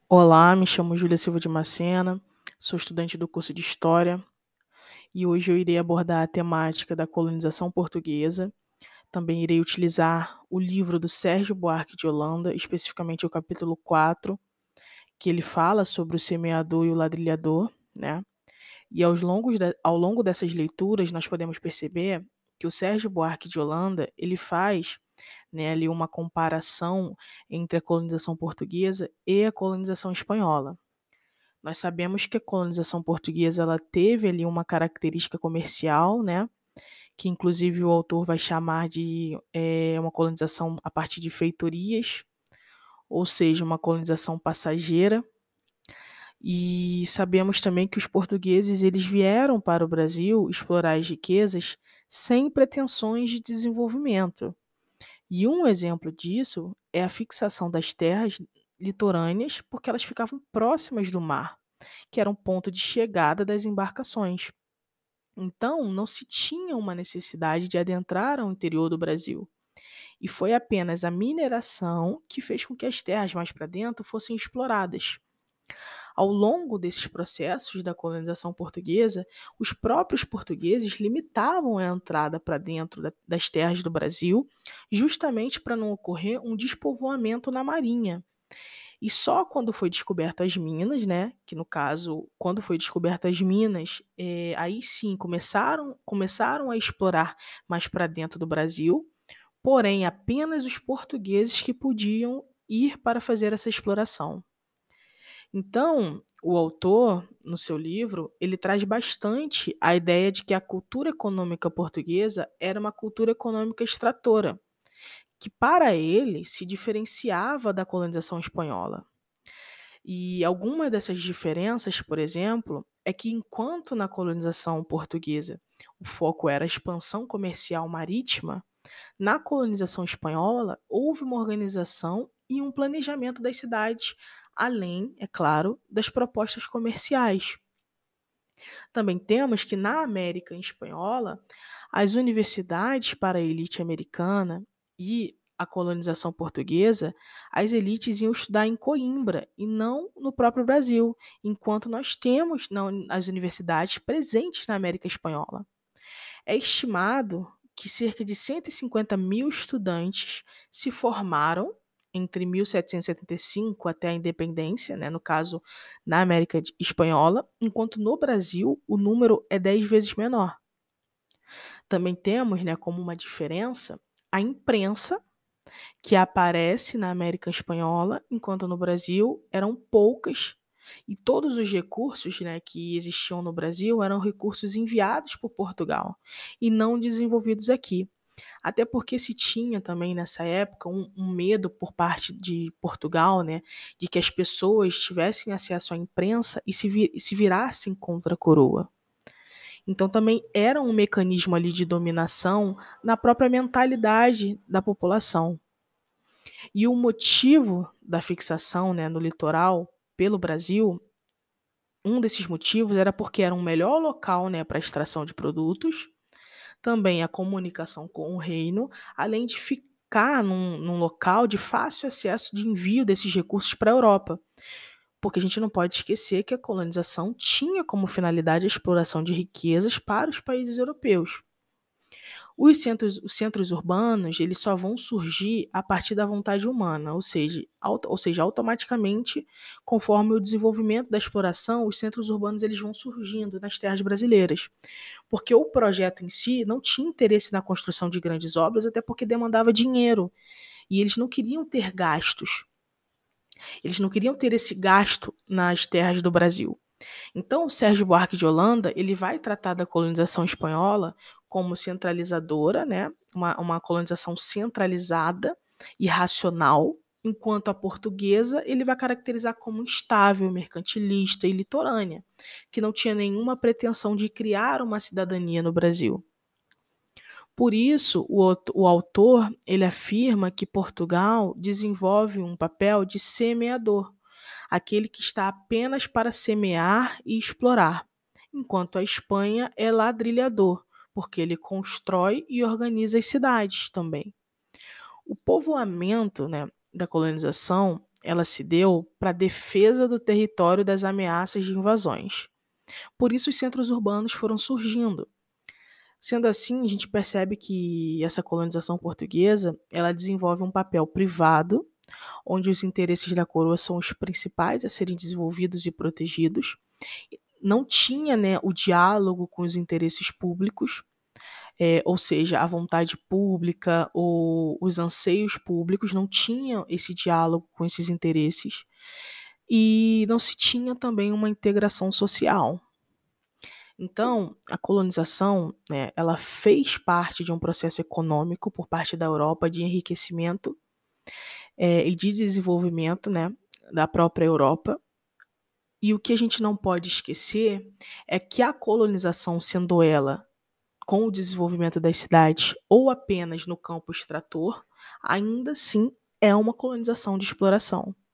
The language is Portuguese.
Olá, me chamo Júlia Silva de Macena, sou estudante do curso de História e hoje eu irei abordar a temática da colonização portuguesa. Também irei utilizar o livro do Sérgio Buarque de Holanda, especificamente o capítulo 4, que ele fala sobre o semeador e o ladrilhador, né? E ao longo dessas leituras, nós podemos perceber que o Sérgio Buarque de Holanda ele faz, né, ali uma comparação entre a colonização portuguesa e a colonização espanhola. Nós sabemos que a colonização portuguesa ela teve ali uma característica comercial, né? Que inclusive o autor vai chamar de uma colonização a partir de feitorias, ou seja, uma colonização passageira. E sabemos também que os portugueses eles vieram para o Brasil explorar as riquezas sem pretensões de desenvolvimento. E um exemplo disso é a fixação das terras litorâneas, porque elas ficavam próximas do mar, que era um ponto de chegada das embarcações. Então, não se tinha uma necessidade de adentrar ao interior do Brasil. E foi apenas a mineração que fez com que as terras mais para dentro fossem exploradas. Ao longo desses processos da colonização portuguesa, os próprios portugueses limitavam a entrada para dentro das terras do Brasil, justamente para não ocorrer um despovoamento na marinha. E só quando foi descoberta as minas, né, que no caso, quando foi descoberta as minas, aí sim começaram a explorar mais para dentro do Brasil, porém apenas os portugueses que podiam ir para fazer essa exploração. Então, o autor, no seu livro, ele traz bastante a ideia de que a cultura econômica portuguesa era uma cultura econômica extratora, que para ele se diferenciava da colonização espanhola. E alguma dessas diferenças, por exemplo, é que enquanto na colonização portuguesa o foco era a expansão comercial marítima, na colonização espanhola houve uma organização e um planejamento das cidades, além, é claro, das propostas comerciais. Também temos que na América espanhola, as universidades para a elite americana e a colonização portuguesa, as elites iam estudar em Coimbra e não no próprio Brasil, enquanto nós temos as universidades presentes na América espanhola. É estimado que cerca de 150 mil estudantes se formaram entre 1775 até a independência, né, no caso na América Espanhola, enquanto no Brasil o número é 10 vezes menor. Também temos, né, como uma diferença a imprensa que aparece na América Espanhola, enquanto no Brasil eram poucas e todos os recursos, né, que existiam no Brasil eram recursos enviados por Portugal e não desenvolvidos aqui. Até porque se tinha também nessa época um medo por parte de Portugal, né, de que as pessoas tivessem acesso à imprensa e se virassem contra a coroa. Então também era um mecanismo ali de dominação na própria mentalidade da população. E o motivo da fixação, né, no litoral pelo Brasil, um desses motivos era porque era um melhor local, né, para extração de produtos, também a comunicação com o reino, além de ficar num local de fácil acesso de envio desses recursos para a Europa. Porque a gente não pode esquecer que a colonização tinha como finalidade a exploração de riquezas para os países europeus. Os centros urbanos, eles só vão surgir a partir da vontade humana, ou seja, automaticamente, conforme o desenvolvimento da exploração, os centros urbanos eles vão surgindo nas terras brasileiras. Porque o projeto em si não tinha interesse na construção de grandes obras, até porque demandava dinheiro. E eles não queriam ter gastos. Eles não queriam ter esse gasto nas terras do Brasil. Então, o Sérgio Buarque de Holanda ele vai tratar da colonização espanhola como centralizadora, né? Uma colonização centralizada e racional, enquanto a portuguesa ele vai caracterizar como instável, mercantilista e litorânea, que não tinha nenhuma pretensão de criar uma cidadania no Brasil. Por isso, o autor ele afirma que Portugal desenvolve um papel de semeador, aquele que está apenas para semear e explorar, enquanto a Espanha é ladrilhador, porque ele constrói e organiza as cidades também. O povoamento, né, da colonização ela se deu para a defesa do território das ameaças de invasões. Por isso os centros urbanos foram surgindo. Sendo assim, a gente percebe que essa colonização portuguesa, ela desenvolve um papel privado, onde os interesses da coroa são os principais a serem desenvolvidos e protegidos. Não tinha, né, o diálogo com os interesses públicos, ou seja, a vontade pública ou os anseios públicos não tinham esse diálogo com esses interesses e não se tinha também uma integração social. Então, a colonização, né, ela fez parte de um processo econômico por parte da Europa de enriquecimento e de desenvolvimento, né, da própria Europa. E o que a gente não pode esquecer é que a colonização, sendo ela com o desenvolvimento das cidades ou apenas no campo extrator, ainda assim é uma colonização de exploração.